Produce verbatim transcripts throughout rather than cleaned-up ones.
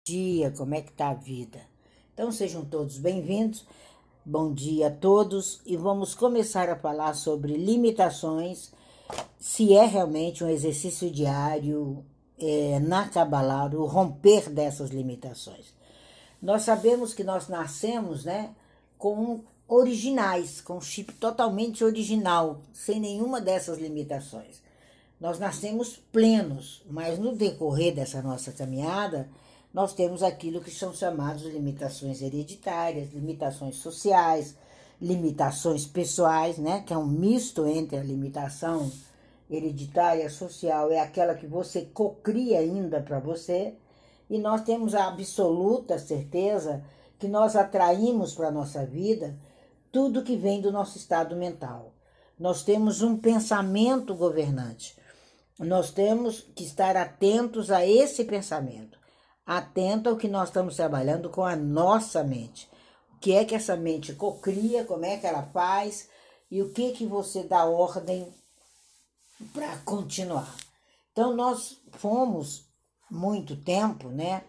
Dia, como é que tá a vida? Então sejam todos bem-vindos. Bom dia a todos e vamos começar a falar sobre limitações, se é realmente um exercício diário é, na Kabbalah, o romper dessas limitações. Nós sabemos que nós nascemos, né, com originais, com chip totalmente original, sem nenhuma dessas limitações. Nós nascemos plenos, mas no decorrer dessa nossa caminhada, nós temos aquilo que são chamadas de limitações hereditárias, limitações sociais, limitações pessoais, né? Que é um misto entre a limitação hereditária social, é aquela que você cocria ainda para você, e nós temos a absoluta certeza que nós atraímos para a nossa vida tudo que vem do nosso estado mental. Nós temos um pensamento governante. Nós temos que estar atentos a esse pensamento, atento ao que nós estamos trabalhando com a nossa mente. O que é que essa mente cocria, como é que ela faz e o que que você dá ordem para continuar. Então nós fomos muito tempo, né,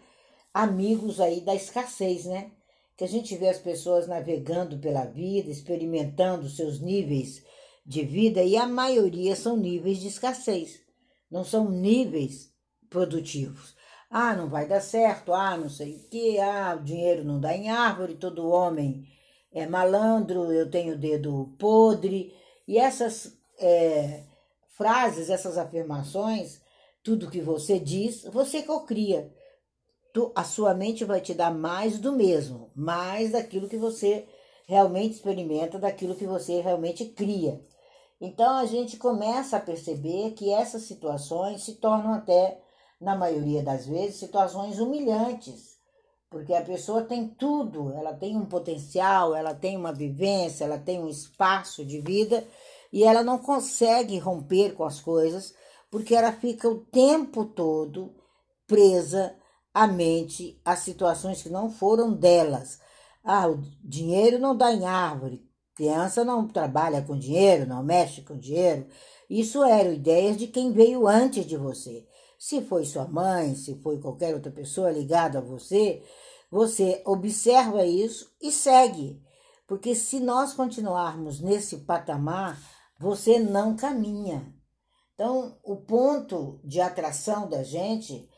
amigos aí da escassez, né? Que a gente vê as pessoas navegando pela vida, experimentando seus níveis de vida e a maioria são níveis de escassez. Não são níveis produtivos. Ah, não vai dar certo, ah, não sei o que, ah, o dinheiro não dá em árvore, todo homem é malandro, eu tenho dedo podre. E essas é, frases, essas afirmações, tudo que você diz, você cocria. Tu, a sua mente vai te dar mais do mesmo, mais daquilo que você realmente experimenta, daquilo que você realmente cria. Então a gente começa a perceber que essas situações se tornam até, na maioria das vezes, situações humilhantes, porque a pessoa tem tudo, ela tem um potencial, ela tem uma vivência, ela tem um espaço de vida e ela não consegue romper com as coisas porque ela fica o tempo todo presa à mente a situações que não foram delas. Ah, o dinheiro não dá em árvore. Criança não trabalha com dinheiro, não mexe com dinheiro. Isso eram ideias de quem veio antes de você. Se foi sua mãe, se foi qualquer outra pessoa ligada a você, você observa isso e segue. Porque se nós continuarmos nesse patamar, você não caminha. Então, o ponto de atração da gente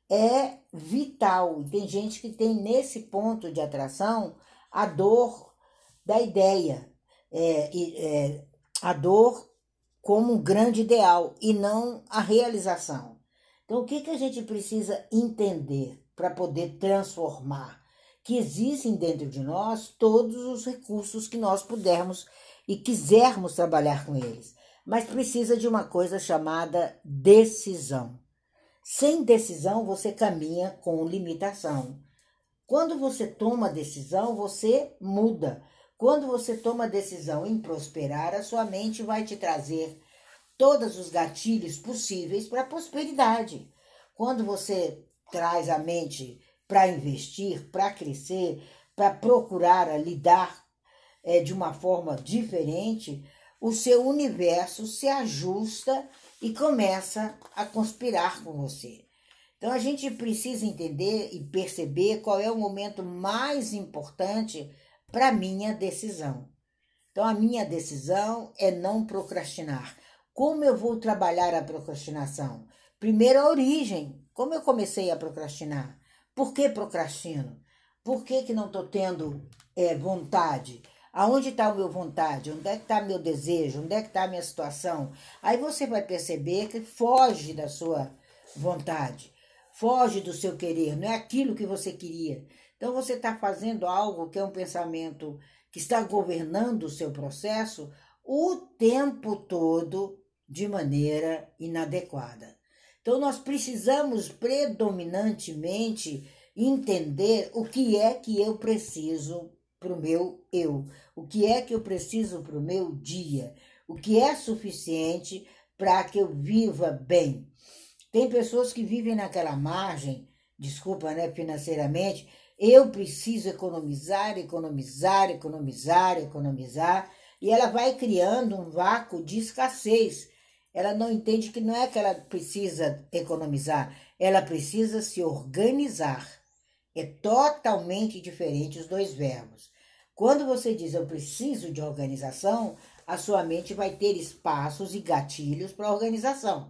é vital. E tem gente que tem nesse ponto de atração a dor da ideia. É, é, a dor como um grande ideal e não a realização. Então, o que, que a gente precisa entender para poder transformar? Que existem dentro de nós todos os recursos que nós pudermos e quisermos trabalhar com eles, mas precisa de uma coisa chamada decisão. Sem decisão, você caminha com limitação. Quando você toma decisão, você muda. Quando você toma decisão em prosperar, a sua mente vai te trazer todos os gatilhos possíveis para a prosperidade. Quando você traz a mente para investir, para crescer, para procurar lidar é, de uma forma diferente, o seu universo se ajusta e começa a conspirar com você. Então a gente precisa entender e perceber qual é o momento mais importante para a minha decisão. Então, a minha decisão é não procrastinar. Como eu vou trabalhar a procrastinação? Primeiro, a origem. Como eu comecei a procrastinar? Por que procrastino? Por que, que não estou tendo é, vontade? Aonde está o meu vontade? Onde é que está meu desejo? Onde é que está a minha situação? Aí você vai perceber que foge da sua vontade, foge do seu querer, não é aquilo que você queria. Então, você está fazendo algo que é um pensamento que está governando o seu processo o tempo todo de maneira inadequada. Então, nós precisamos predominantemente entender o que é que eu preciso para o meu eu, o que é que eu preciso para o meu dia, o que é suficiente para que eu viva bem. Tem pessoas que vivem naquela margem, desculpa, né, financeiramente. Eu preciso economizar, economizar, economizar, economizar, e ela vai criando um vácuo de escassez. Ela não entende que não é que ela precisa economizar, ela precisa se organizar. É totalmente diferente os dois verbos. Quando você diz eu preciso de organização, a sua mente vai ter espaços e gatilhos para organização.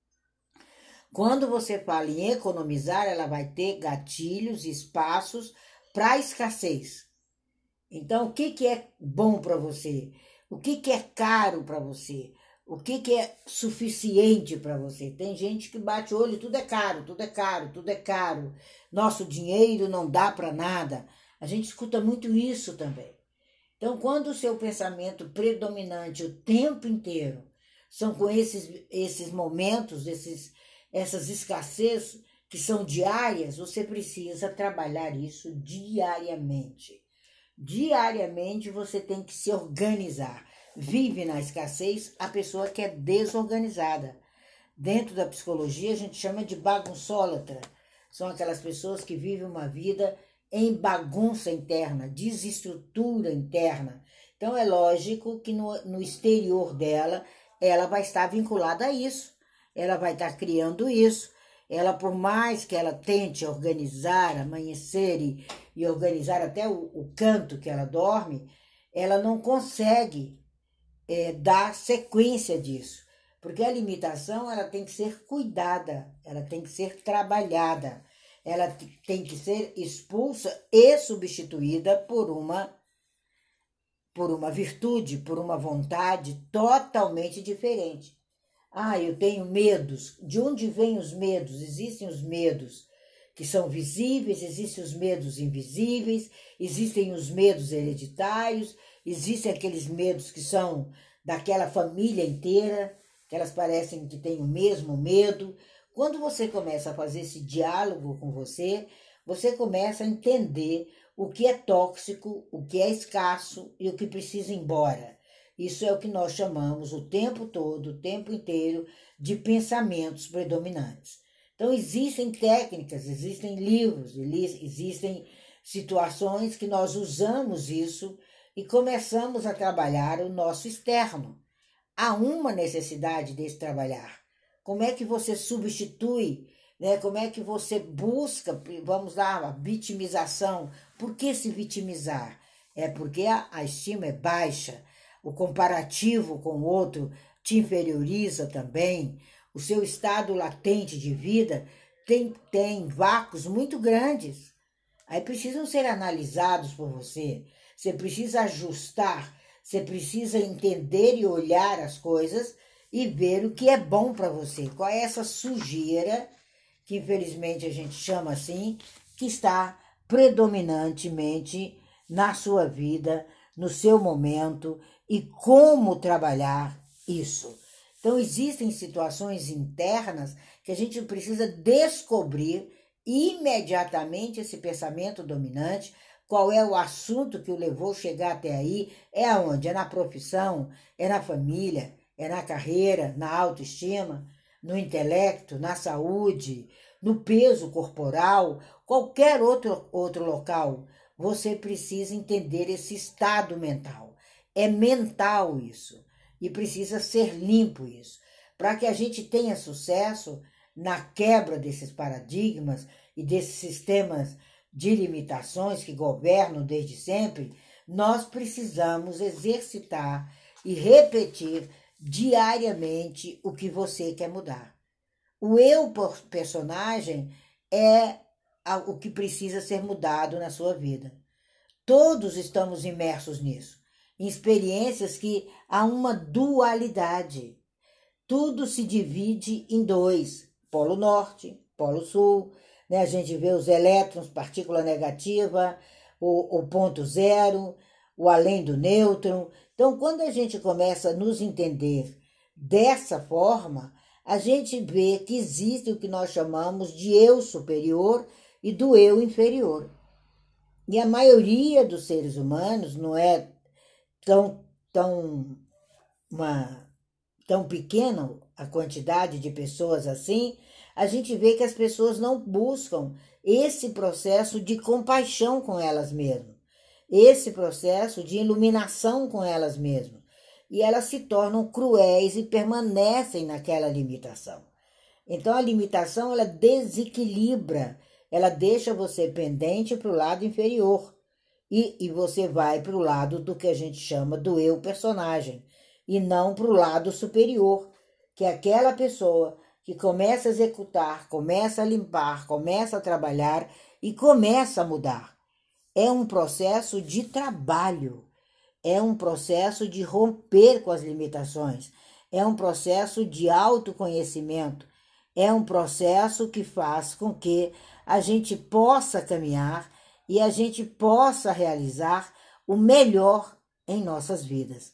Quando você fala em economizar, ela vai ter gatilhos e espaços para escassez. Então, o que, que é bom para você? O que, que é caro para você? O que, que é suficiente para você? Tem gente que bate o olho, tudo é caro, tudo é caro, tudo é caro. Nosso dinheiro não dá para nada. A gente escuta muito isso também. Então, quando o seu pensamento predominante o tempo inteiro são com esses, esses momentos, esses, essas escassez que são diárias, você precisa trabalhar isso diariamente. Diariamente você tem que se organizar. Vive na escassez a pessoa que é desorganizada. Dentro da psicologia a gente chama de bagunçólatra. São aquelas pessoas que vivem uma vida em bagunça interna, desestrutura interna. Então é lógico que no, no exterior dela ela vai estar vinculada a isso. Ela vai estar criando isso. Ela, por mais que ela tente organizar, amanhecer e, e organizar até o, o canto que ela dorme, ela não consegue é, dar sequência disso. Porque a limitação ela tem que ser cuidada, ela tem que ser trabalhada, ela tem que ser expulsa e substituída por uma, por uma virtude, por uma vontade totalmente diferente. Ah, eu tenho medos. De onde vêm os medos? Existem os medos que são visíveis, existem os medos invisíveis, existem os medos hereditários, existem aqueles medos que são daquela família inteira, que elas parecem que têm o mesmo medo. Quando você começa a fazer esse diálogo com você, você começa a entender o que é tóxico, o que é escasso e o que precisa ir embora. Isso é o que nós chamamos o tempo todo, o tempo inteiro, de pensamentos predominantes. Então, existem técnicas, existem livros, existem situações que nós usamos isso e começamos a trabalhar o nosso externo. Há uma necessidade desse trabalhar. Como é que você substitui, né? Como é que você busca, vamos lá, a vitimização. Por que se vitimizar? É porque a, a estima é baixa. O comparativo com o outro te inferioriza também. O seu estado latente de vida tem, tem vácuos muito grandes. Aí precisam ser analisados por você. Você precisa ajustar, você precisa entender e olhar as coisas e ver o que é bom para você. Qual é essa sujeira, que infelizmente a gente chama assim, que está predominantemente na sua vida, no seu momento, e como trabalhar isso. Então, existem situações internas que a gente precisa descobrir imediatamente esse pensamento dominante, qual é o assunto que o levou a chegar até aí, é aonde? É na profissão, é na família, é na carreira, na autoestima, no intelecto, na saúde, no peso corporal, qualquer outro, outro local. Você precisa entender esse estado mental. É mental isso. E precisa ser limpo isso. Para que a gente tenha sucesso na quebra desses paradigmas e desses sistemas de limitações que governam desde sempre, nós precisamos exercitar e repetir diariamente o que você quer mudar. O eu personagem é o que precisa ser mudado na sua vida. Todos estamos imersos nisso, em experiências que há uma dualidade. Tudo se divide em dois, polo norte, polo sul, né? A gente vê os elétrons, partícula negativa, o, o ponto zero, o além do nêutron. Então, quando a gente começa a nos entender dessa forma, a gente vê que existe o que nós chamamos de eu superior e do eu inferior. E a maioria dos seres humanos não é tão, tão, uma, tão pequena a quantidade de pessoas assim, a gente vê que as pessoas não buscam esse processo de compaixão com elas mesmas, esse processo de iluminação com elas mesmas. E elas se tornam cruéis e permanecem naquela limitação. Então, a limitação, ela desequilibra, ela deixa você pendente para o lado inferior. E, e você vai para o lado do que a gente chama do eu personagem, e não para o lado superior, que é aquela pessoa que começa a executar, começa a limpar, começa a trabalhar e começa a mudar. É um processo de trabalho, é um processo de romper com as limitações, é um processo de autoconhecimento, é um processo que faz com que a gente possa caminhar e a gente possa realizar o melhor em nossas vidas.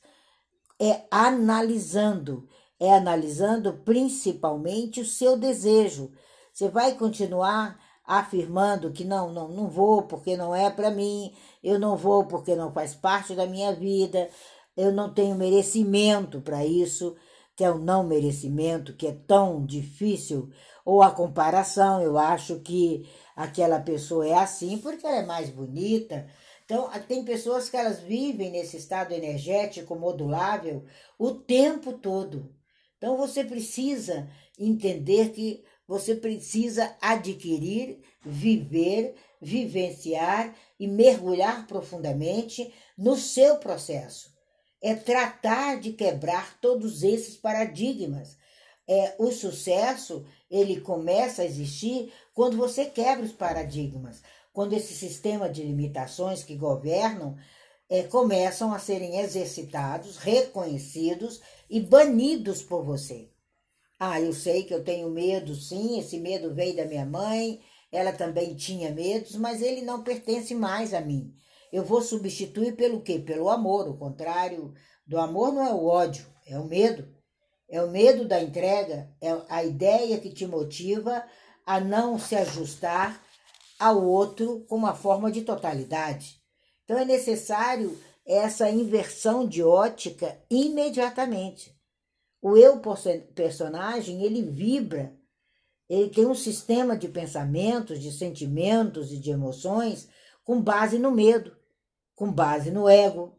É analisando, é analisando principalmente o seu desejo. Você vai continuar afirmando que não, não, não vou porque não é para mim, eu não vou porque não faz parte da minha vida, eu não tenho merecimento para isso, que é o não merecimento, que é tão difícil, ou a comparação, eu acho que aquela pessoa é assim porque ela é mais bonita. Então, tem pessoas que elas vivem nesse estado energético modulável o tempo todo. Então, você precisa entender que você precisa adquirir, viver, vivenciar e mergulhar profundamente no seu processo. É tratar de quebrar todos esses paradigmas. É, o sucesso, ele começa a existir quando você quebra os paradigmas, quando esse sistema de limitações que governam é, começam a serem exercitados, reconhecidos e banidos por você. Ah, eu sei que eu tenho medo, sim, esse medo veio da minha mãe, ela também tinha medos, mas ele não pertence mais a mim. Eu vou substituir pelo quê? Pelo amor. O contrário do amor não é o ódio, é o medo. É o medo da entrega, é a ideia que te motiva a não se ajustar ao outro com uma forma de totalidade. Então é necessário essa inversão de ótica imediatamente. O eu personagem, ele vibra, ele tem um sistema de pensamentos, de sentimentos e de emoções com base no medo, com base no ego,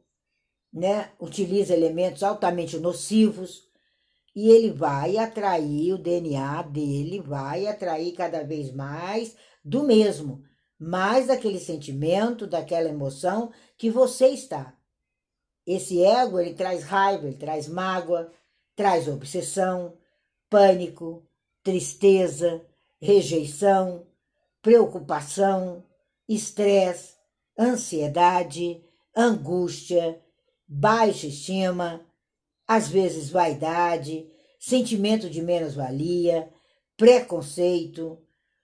né? Utiliza elementos altamente nocivos, e ele vai atrair, o D N A dele vai atrair cada vez mais do mesmo, mais daquele sentimento, daquela emoção que você está. Esse ego, ele traz raiva, ele traz mágoa, traz obsessão, pânico, tristeza, rejeição, preocupação, estresse, ansiedade, angústia, baixa estima, às vezes vaidade, sentimento de menos-valia, preconceito,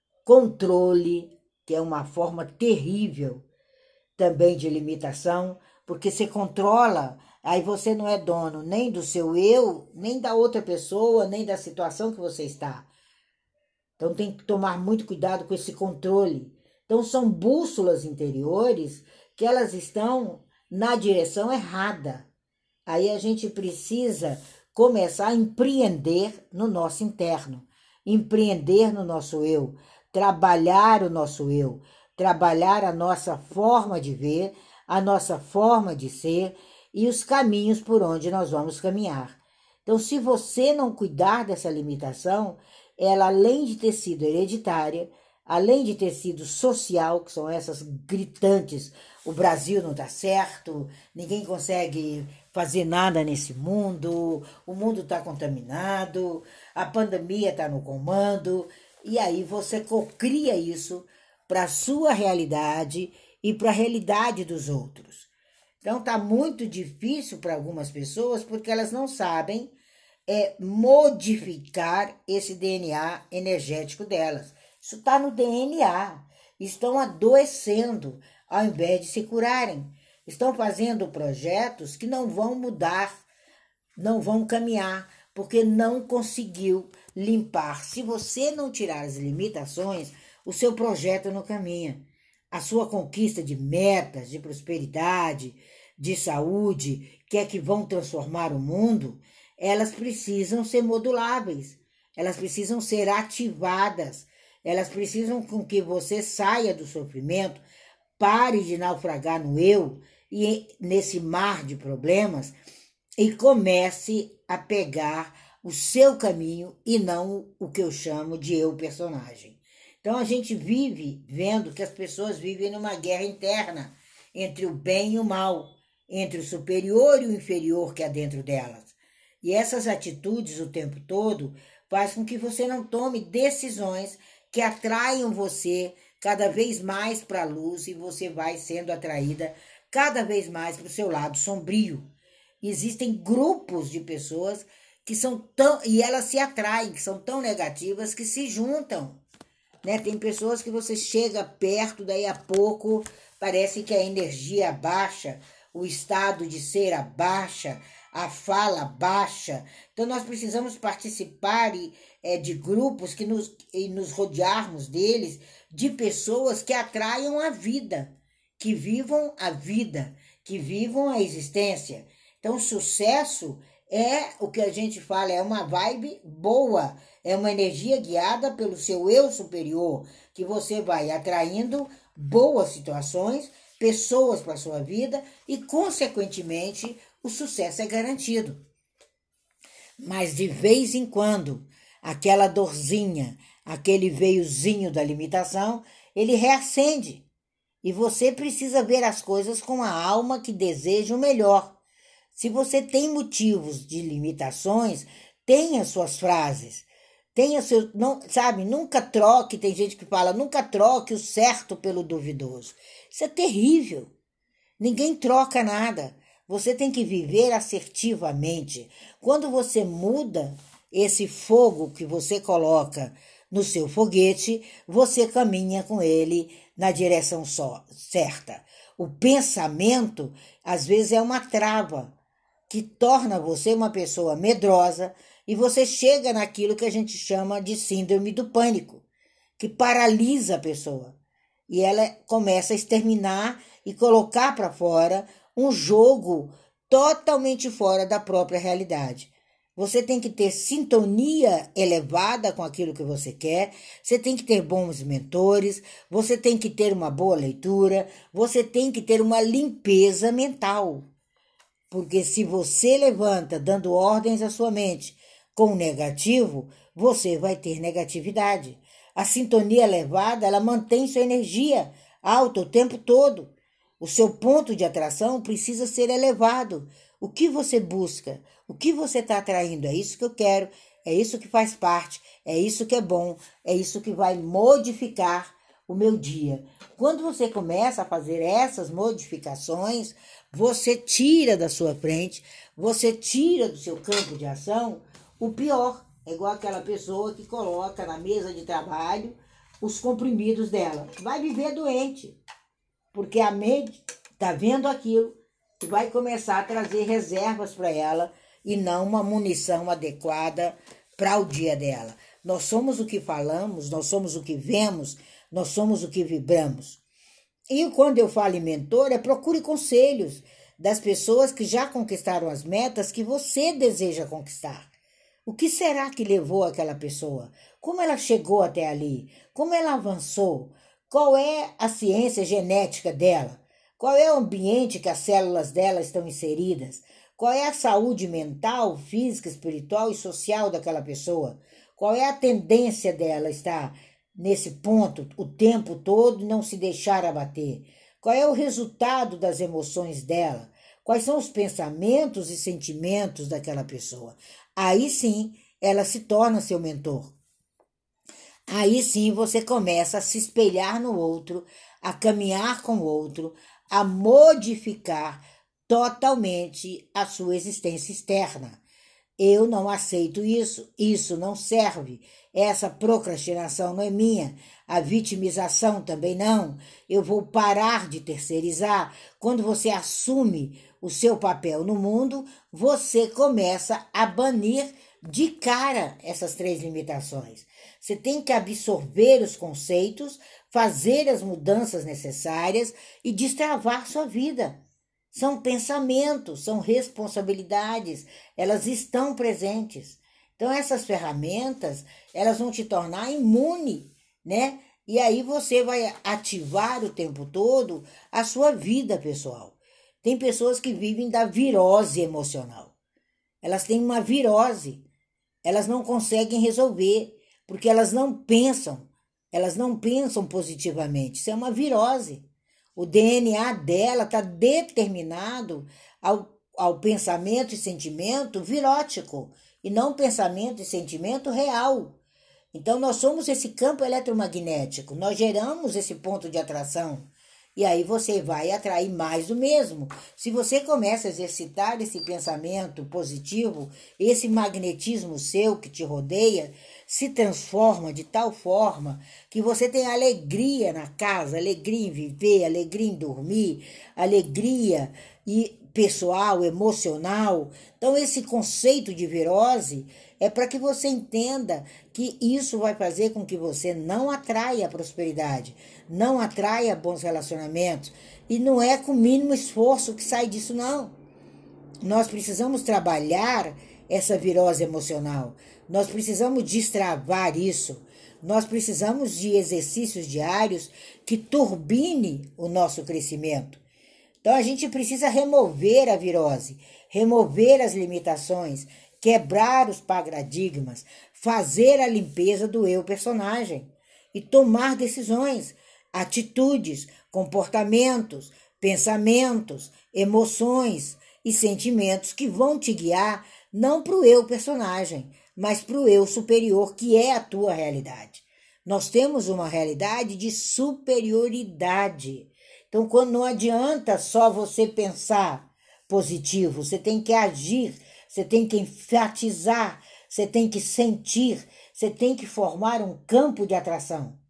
controle, que é uma forma terrível também de limitação, porque você controla, aí você não é dono nem do seu eu, nem da outra pessoa, nem da situação que você está. Então tem que tomar muito cuidado com esse controle. Então são bússolas interiores que elas estão na direção errada. Aí a gente precisa começar a empreender no nosso interno, empreender no nosso eu, trabalhar o nosso eu, trabalhar a nossa forma de ver, a nossa forma de ser e os caminhos por onde nós vamos caminhar. Então, se você não cuidar dessa limitação, ela, além de ter sido hereditária, além de ter sido social, que são essas gritantes, o Brasil não está certo, ninguém consegue fazer nada nesse mundo, o mundo está contaminado, a pandemia está no comando, e aí você cocria isso para a sua realidade e para a realidade dos outros. Então está muito difícil para algumas pessoas porque elas não sabem é, modificar esse D N A energético delas. Isso está no D N A. Estão adoecendo ao invés de se curarem. Estão fazendo projetos que não vão mudar, não vão caminhar, porque não conseguiu limpar. Se você não tirar as limitações, o seu projeto não caminha. A sua conquista de metas, de prosperidade, de saúde, que é que vão transformar o mundo, elas precisam ser moduláveis, elas precisam ser ativadas, elas precisam com que você saia do sofrimento, pare de naufragar no eu e nesse mar de problemas e comece a pegar o seu caminho e não o que eu chamo de eu personagem. Então a gente vive vendo que as pessoas vivem numa guerra interna entre o bem e o mal, entre o superior e o inferior que há dentro delas. E essas atitudes o tempo todo faz com que você não tome decisões que atraiam você cada vez mais para a luz e você vai sendo atraída cada vez mais para o seu lado sombrio. Existem grupos de pessoas que são tão, e elas se atraem, que são tão negativas que se juntam, né? Tem pessoas que você chega perto, daí a pouco parece que a energia baixa, o estado de ser abaixa, a fala baixa. Então nós precisamos participar e, é, de grupos que nos, e nos rodearmos deles, de pessoas que atraiam a vida, que vivam a vida, que vivam a existência. Então o sucesso é o que a gente fala, é uma vibe boa, é uma energia guiada pelo seu eu superior, que você vai atraindo boas situações, pessoas para a sua vida e, consequentemente, o sucesso é garantido. Mas de vez em quando, aquela dorzinha, aquele veiozinho da limitação, ele reacende. E você precisa ver as coisas com a alma que deseja o melhor. Se você tem motivos de limitações, tenha suas frases. Tenha seu, não, sabe, nunca troque, tem gente que fala, nunca troque o certo pelo duvidoso. Isso é terrível. Ninguém troca nada. Você tem que viver assertivamente. Quando você muda esse fogo que você coloca no seu foguete, você caminha com ele na direção só, certa. O pensamento, às vezes, é uma trava que torna você uma pessoa medrosa e você chega naquilo que a gente chama de síndrome do pânico, que paralisa a pessoa. E ela começa a exterminar e colocar para fora um jogo totalmente fora da própria realidade. Você tem que ter sintonia elevada com aquilo que você quer, você tem que ter bons mentores, você tem que ter uma boa leitura, você tem que ter uma limpeza mental. Porque se você levanta dando ordens à sua mente com o negativo, você vai ter negatividade. A sintonia elevada, ela mantém sua energia alta o tempo todo. O seu ponto de atração precisa ser elevado. O que você busca? O que você está atraindo? É isso que eu quero, é isso que faz parte, é isso que é bom, é isso que vai modificar o meu dia. Quando você começa a fazer essas modificações, você tira da sua frente, você tira do seu campo de ação o pior. É igual aquela pessoa que coloca na mesa de trabalho os comprimidos dela. Vai viver doente, porque a mente está vendo aquilo e vai começar a trazer reservas para ela e não uma munição adequada para o dia dela. Nós somos o que falamos, nós somos o que vemos, nós somos o que vibramos. E quando eu falo em mentor, é procure conselhos das pessoas que já conquistaram as metas que você deseja conquistar. O que será que levou aquela pessoa? Como ela chegou até ali? Como ela avançou? Qual é a ciência genética dela? Qual é o ambiente que as células dela estão inseridas? Qual é a saúde mental, física, espiritual e social daquela pessoa? Qual é a tendência dela estar nesse ponto o tempo todo e não se deixar abater? Qual é o resultado das emoções dela? Quais são os pensamentos e sentimentos daquela pessoa? Aí sim, ela se torna seu mentor. Aí sim, você começa a se espelhar no outro, a caminhar com o outro, a modificar totalmente a sua existência externa. Eu não aceito isso, isso não serve, essa procrastinação não é minha, a vitimização também não, eu vou parar de terceirizar. Quando você assume o seu papel no mundo, você começa a banir de cara essas três limitações. Você tem que absorver os conceitos, fazer as mudanças necessárias e destravar sua vida. São pensamentos, são responsabilidades, elas estão presentes. Então, essas ferramentas, elas vão te tornar imune, né? E aí você vai ativar o tempo todo a sua vida pessoal. Tem pessoas que vivem da virose emocional. Elas têm uma virose, elas não conseguem resolver, porque elas não pensam Elas não pensam positivamente. Isso é uma virose. O D N A dela está determinado ao, ao pensamento e sentimento virótico, e não pensamento e sentimento real. Então, nós somos esse campo eletromagnético, nós geramos esse ponto de atração. E aí você vai atrair mais do mesmo. Se você começa a exercitar esse pensamento positivo, esse magnetismo seu que te rodeia se transforma de tal forma que você tem alegria na casa, alegria em viver, alegria em dormir, alegria e pessoal, emocional. Então, esse conceito de virose é para que você entenda que isso vai fazer com que você não atraia a prosperidade, não atraia bons relacionamentos. E não é com o mínimo esforço que sai disso, não. Nós precisamos trabalhar essa virose emocional. Nós precisamos destravar isso. Nós precisamos de exercícios diários que turbine o nosso crescimento. Então, a gente precisa remover a virose, remover as limitações, quebrar os paradigmas, fazer a limpeza do eu personagem e tomar decisões, atitudes, comportamentos, pensamentos, emoções e sentimentos que vão te guiar não para o eu personagem, mas para o eu superior, que é a tua realidade. Nós temos uma realidade de superioridade. Então, quando não adianta só você pensar positivo, você tem que agir, você tem que enfatizar, você tem que sentir, você tem que formar um campo de atração.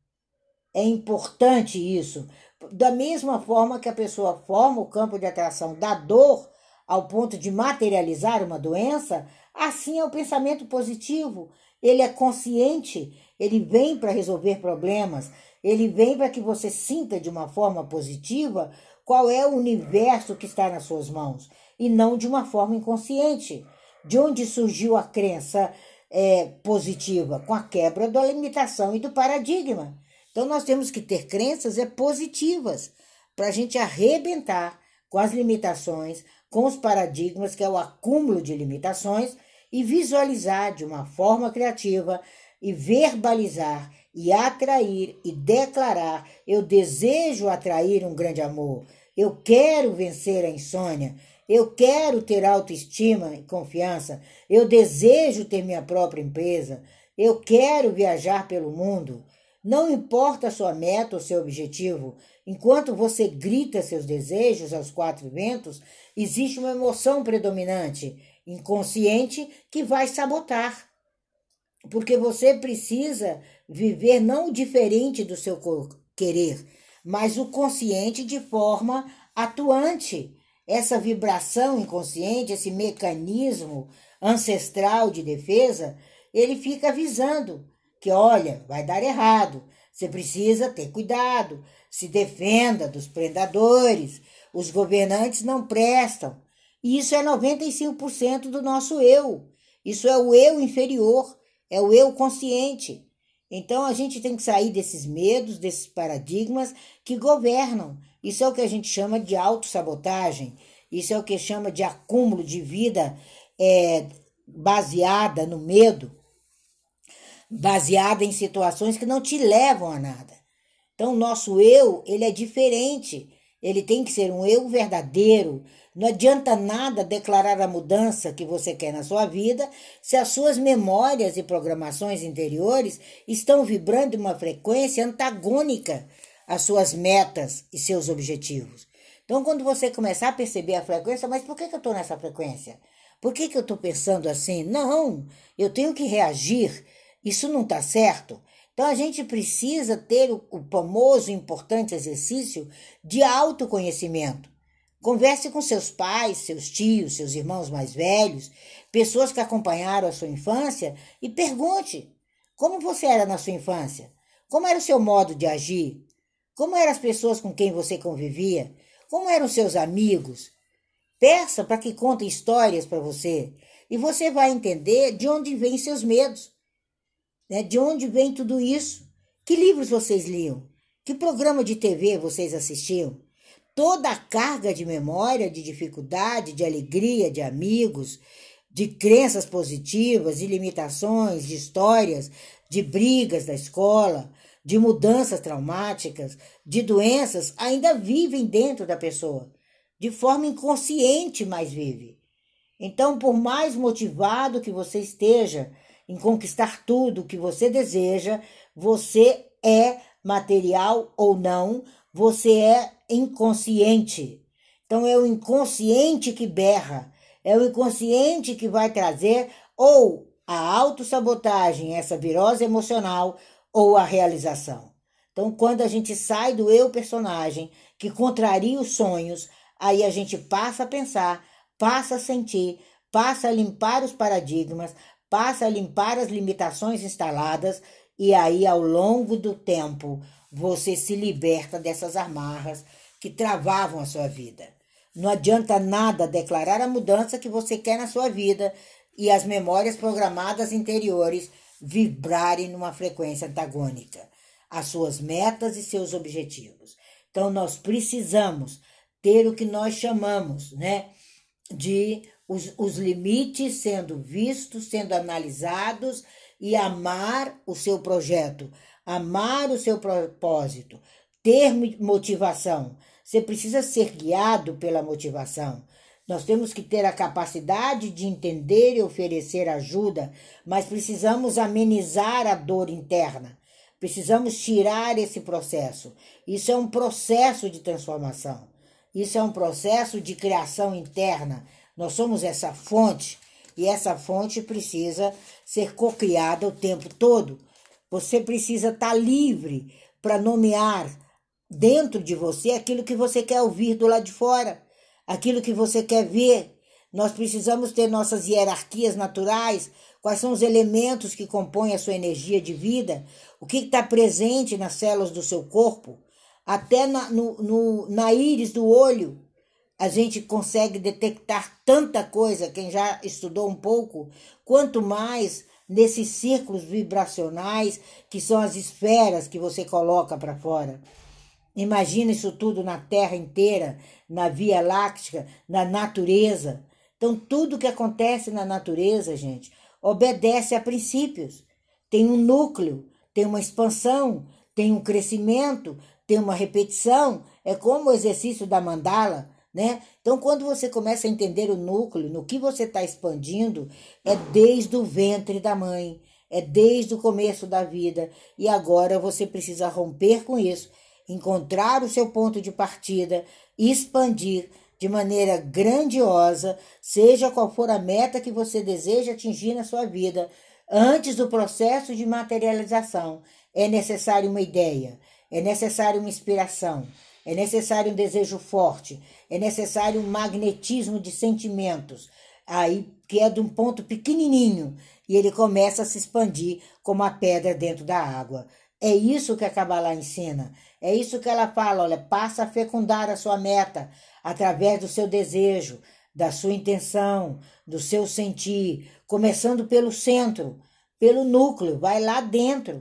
É importante isso. Da mesma forma que a pessoa forma o campo de atração da dor ao ponto de materializar uma doença, assim é o pensamento positivo. Ele é consciente, ele vem para resolver problemas, ele vem para que você sinta de uma forma positiva qual é o universo que está nas suas mãos, e não de uma forma inconsciente. De onde surgiu a crença é, positiva? Com a quebra da limitação e do paradigma. Então, nós temos que ter crenças é, positivas para a gente arrebentar com as limitações, com os paradigmas, que é o acúmulo de limitações, e visualizar de uma forma criativa e verbalizar e atrair e declarar: eu desejo atrair um grande amor, eu quero vencer a insônia, eu quero ter autoestima e confiança, eu desejo ter minha própria empresa, eu quero viajar pelo mundo. Não importa a sua meta ou seu objetivo, enquanto você grita seus desejos aos quatro ventos, existe uma emoção predominante, inconsciente, que vai sabotar. Porque você precisa viver não o diferente do seu querer, mas o consciente de forma atuante. Essa vibração inconsciente, esse mecanismo ancestral de defesa, ele fica avisando que, olha, vai dar errado, você precisa ter cuidado, se defenda dos predadores, os governantes não prestam. E isso é noventa e cinco por cento do nosso eu. Isso é o eu inferior, é o eu consciente. Então, a gente tem que sair desses medos, desses paradigmas que governam. Isso é o que a gente chama de autossabotagem. Isso é o que chama de acúmulo de vida é, baseada no medo, baseada em situações que não te levam a nada. Então, o nosso eu, ele é diferente. Ele tem que ser um eu verdadeiro. Não adianta nada declarar a mudança que você quer na sua vida se as suas memórias e programações interiores estão vibrando em uma frequência antagônica às suas metas e seus objetivos. Então, quando você começar a perceber a frequência, mas por que, que eu estou nessa frequência? Por que, que eu estou pensando assim? Não, eu tenho que reagir. Isso não está certo. Então, a gente precisa ter o, o famoso e importante exercício de autoconhecimento. Converse com seus pais, seus tios, seus irmãos mais velhos, pessoas que acompanharam a sua infância e pergunte: como você era na sua infância? Como era o seu modo de agir? Como eram as pessoas com quem você convivia? Como eram seus amigos? Peça para que contem histórias para você e você vai entender de onde vêm seus medos, né? De onde vem tudo isso. Que livros vocês liam? Que programa de T V vocês assistiam? Toda a carga de memória, de dificuldade, de alegria, de amigos, de crenças positivas, de limitações, de histórias, de brigas da escola, de mudanças traumáticas, de doenças, ainda vivem dentro da pessoa. De forma inconsciente, mas vive. Então, por mais motivado que você esteja em conquistar tudo o que você deseja, você é material ou não, você é inconsciente. Então, é o inconsciente que berra, é o inconsciente que vai trazer ou a autossabotagem, essa virose emocional, ou a realização. Então, quando a gente sai do eu personagem, que contraria os sonhos, aí a gente passa a pensar, passa a sentir, passa a limpar os paradigmas, passa a limpar as limitações instaladas, e aí, ao longo do tempo, você se liberta dessas amarras que travavam a sua vida. Não adianta nada declarar a mudança que você quer na sua vida e as memórias programadas interiores vibrarem numa frequência antagônica às suas metas e seus objetivos. Então, nós precisamos ter o que nós chamamos, né, de os, os limites sendo vistos, sendo analisados, e amar o seu projeto, amar o seu propósito, ter motivação. Você precisa ser guiado pela motivação. Nós temos que ter a capacidade de entender e oferecer ajuda, mas precisamos amenizar a dor interna. Precisamos tirar esse processo. Isso é um processo de transformação. Isso é um processo de criação interna. Nós somos essa fonte e essa fonte precisa ser cocriada o tempo todo. Você precisa estar livre para nomear dentro de você aquilo que você quer ouvir do lado de fora, aquilo que você quer ver. Nós precisamos ter nossas hierarquias naturais, quais são os elementos que compõem a sua energia de vida, o que está presente nas células do seu corpo, até na, no, no, na íris do olho. A gente consegue detectar tanta coisa, quem já estudou um pouco, quanto mais nesses círculos vibracionais, que são as esferas que você coloca para fora. Imagina isso tudo na Terra inteira, na Via Láctea, na natureza. Então, tudo que acontece na natureza, gente, obedece a princípios. Tem um núcleo, tem uma expansão, tem um crescimento, tem uma repetição. É como o exercício da mandala, né? Então, quando você começa a entender o núcleo, no que você está expandindo, é desde o ventre da mãe, é desde o começo da vida. E agora você precisa romper com isso, encontrar o seu ponto de partida, expandir de maneira grandiosa, seja qual for a meta que você deseja atingir na sua vida. Antes do processo de materialização, é necessário uma ideia, é necessário uma inspiração, é necessário um desejo forte, é necessário um magnetismo de sentimentos, aí que é de um ponto pequenininho, e ele começa a se expandir como a pedra dentro da água. É isso que a Kabbalah ensina. É isso que ela fala, olha, passa a fecundar a sua meta através do seu desejo, da sua intenção, do seu sentir, começando pelo centro, pelo núcleo, vai lá dentro.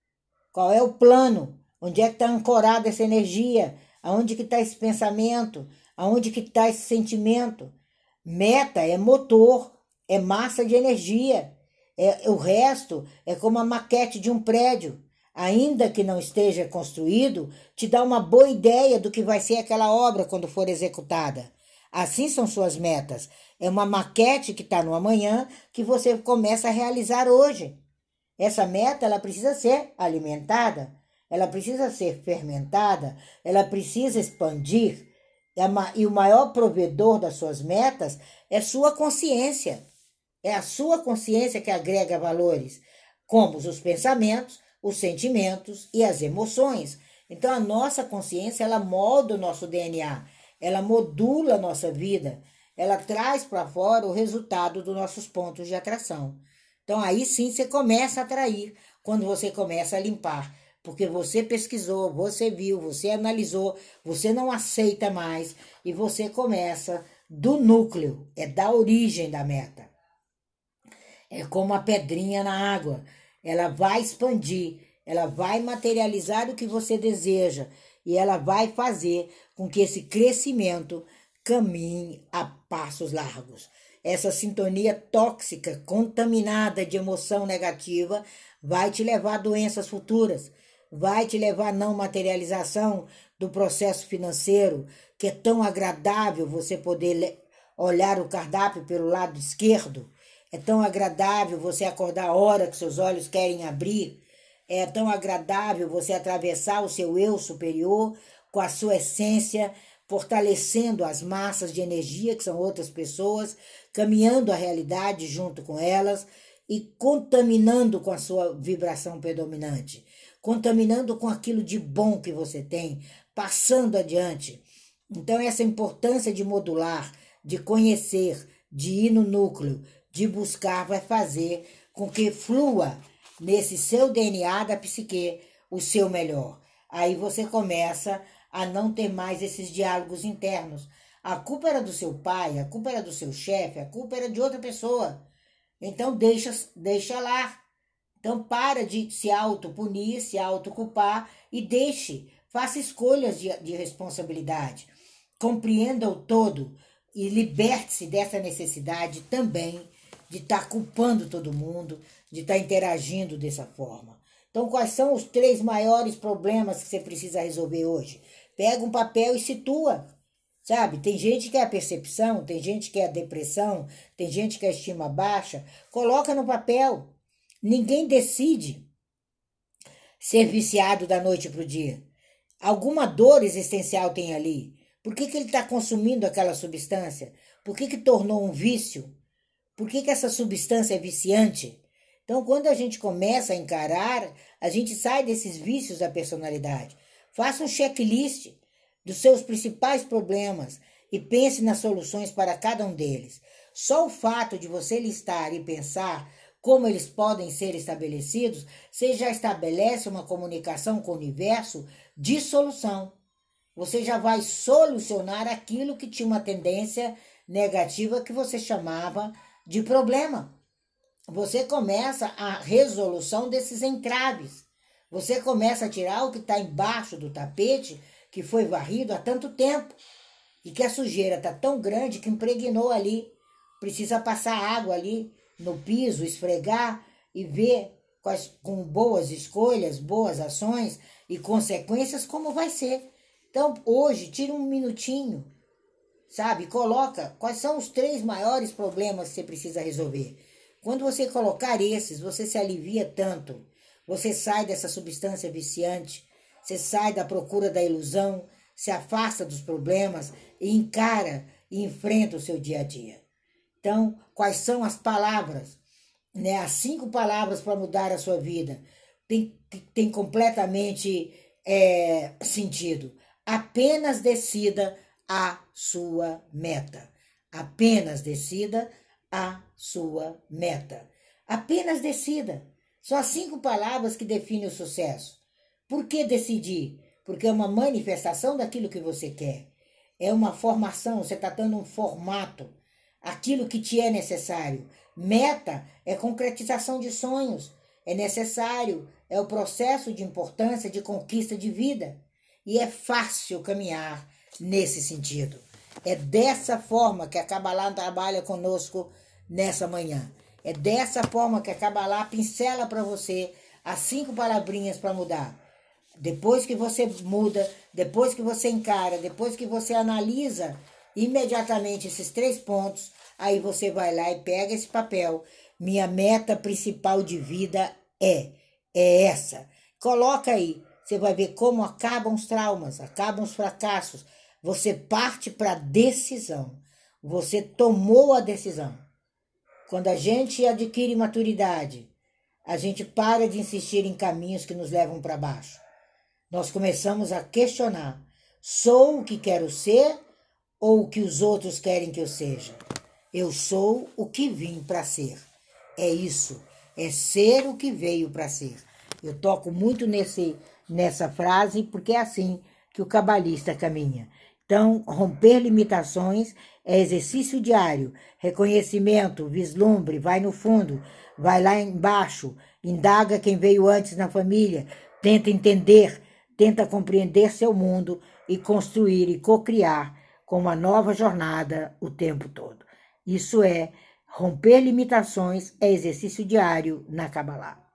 Qual é o plano? Onde é que está ancorada essa energia? Aonde que está esse pensamento? Aonde que está esse sentimento? Meta é motor, é massa de energia. É, o resto é como a maquete de um prédio. Ainda que não esteja construído, te dá uma boa ideia do que vai ser aquela obra quando for executada. Assim são suas metas. É uma maquete que está no amanhã que você começa a realizar hoje. Essa meta ela precisa ser alimentada, ela precisa ser fermentada, ela precisa expandir. E o maior provedor das suas metas é sua consciência. É a sua consciência que agrega valores, como os pensamentos, os sentimentos e as emoções. Então, a nossa consciência, ela molda o nosso D N A, ela modula a nossa vida, ela traz para fora o resultado dos nossos pontos de atração. Então, aí sim você começa a atrair, quando você começa a limpar, porque você pesquisou, você viu, você analisou, você não aceita mais e você começa do núcleo, é da origem da meta. É como a pedrinha na água. Ela vai expandir, ela vai materializar o que você deseja e ela vai fazer com que esse crescimento caminhe a passos largos. Essa sintonia tóxica, contaminada de emoção negativa, vai te levar a doenças futuras, vai te levar à não materialização do processo financeiro, que é tão agradável você poder olhar o cardápio pelo lado esquerdo, é tão agradável você acordar a hora que seus olhos querem abrir, é tão agradável você atravessar o seu eu superior com a sua essência, fortalecendo as massas de energia, que são outras pessoas, caminhando a realidade junto com elas e contaminando com a sua vibração predominante, contaminando com aquilo de bom que você tem, passando adiante. Então, essa importância de modular, de conhecer, de ir no núcleo, de buscar, vai fazer com que flua nesse seu D N A da psique o seu melhor. Aí você começa a não ter mais esses diálogos internos. A culpa era do seu pai, a culpa era do seu chefe, a culpa era de outra pessoa. Então deixa, deixa lá. Então para de se autopunir, se autoculpar e deixe, faça escolhas de, de responsabilidade. Compreenda o todo e liberte-se dessa necessidade também de estar culpando todo mundo, de estar interagindo dessa forma. Então, quais são os três maiores problemas que você precisa resolver hoje? Pega um papel e situa, sabe? Tem gente que é a percepção, tem gente que é a depressão, tem gente que é a estima baixa. Coloca no papel. Ninguém decide ser viciado da noite para o dia. Alguma dor existencial tem ali. Por que que ele está consumindo aquela substância? Por que que tornou um vício? Por que que essa substância é viciante? Então, quando a gente começa a encarar, a gente sai desses vícios da personalidade. Faça um checklist dos seus principais problemas e pense nas soluções para cada um deles. Só o fato de você listar e pensar como eles podem ser estabelecidos, você já estabelece uma comunicação com o universo de solução. Você já vai solucionar aquilo que tinha uma tendência negativa que você chamava de problema. Você começa a resolução desses entraves. Você começa a tirar o que está embaixo do tapete, que foi varrido há tanto tempo, e que a sujeira está tão grande que impregnou ali. Precisa passar água ali no piso, esfregar e ver quais, com boas escolhas, boas ações e consequências, como vai ser. Então, hoje, tira um minutinho, sabe? Coloca quais são os três maiores problemas que você precisa resolver. Quando você colocar esses, você se alivia tanto. Você sai dessa substância viciante, você sai da procura da ilusão, se afasta dos problemas e encara e enfrenta o seu dia a dia. Então, quais são as palavras, né? As cinco palavras para mudar a sua vida? Tem, tem completamente é, sentido. Apenas decida a sua meta. Apenas decida a sua meta. Apenas decida. São as cinco palavras que definem o sucesso. Por que decidir? Porque é uma manifestação daquilo que você quer. É uma formação, você está dando um formato, aquilo que te é necessário. Meta é concretização de sonhos, é necessário, é o processo de importância de conquista de vida. E é fácil caminhar nesse sentido. É dessa forma que a Kabbalah trabalha conosco nessa manhã. É dessa forma que a Kabbalah pincela para você as cinco palavrinhas para mudar. Depois que você muda, depois que você encara, depois que você analisa imediatamente esses três pontos, aí você vai lá e pega esse papel. Minha meta principal de vida é, é essa. Coloca aí, você vai ver como acabam os traumas, acabam os fracassos. Você parte para a decisão. Você tomou a decisão. Quando a gente adquire maturidade, a gente para de insistir em caminhos que nos levam para baixo. Nós começamos a questionar: sou o que quero ser ou o que os outros querem que eu seja? Eu sou o que vim para ser. É isso, é ser o que veio para ser. Eu toco muito nesse, nessa frase porque é assim que o cabalista caminha. Então, romper limitações é exercício diário, reconhecimento, vislumbre, vai no fundo, vai lá embaixo, indaga quem veio antes na família, tenta entender, tenta compreender seu mundo e construir e cocriar com uma nova jornada o tempo todo. Isso é romper limitações, é exercício diário na Kabbalah.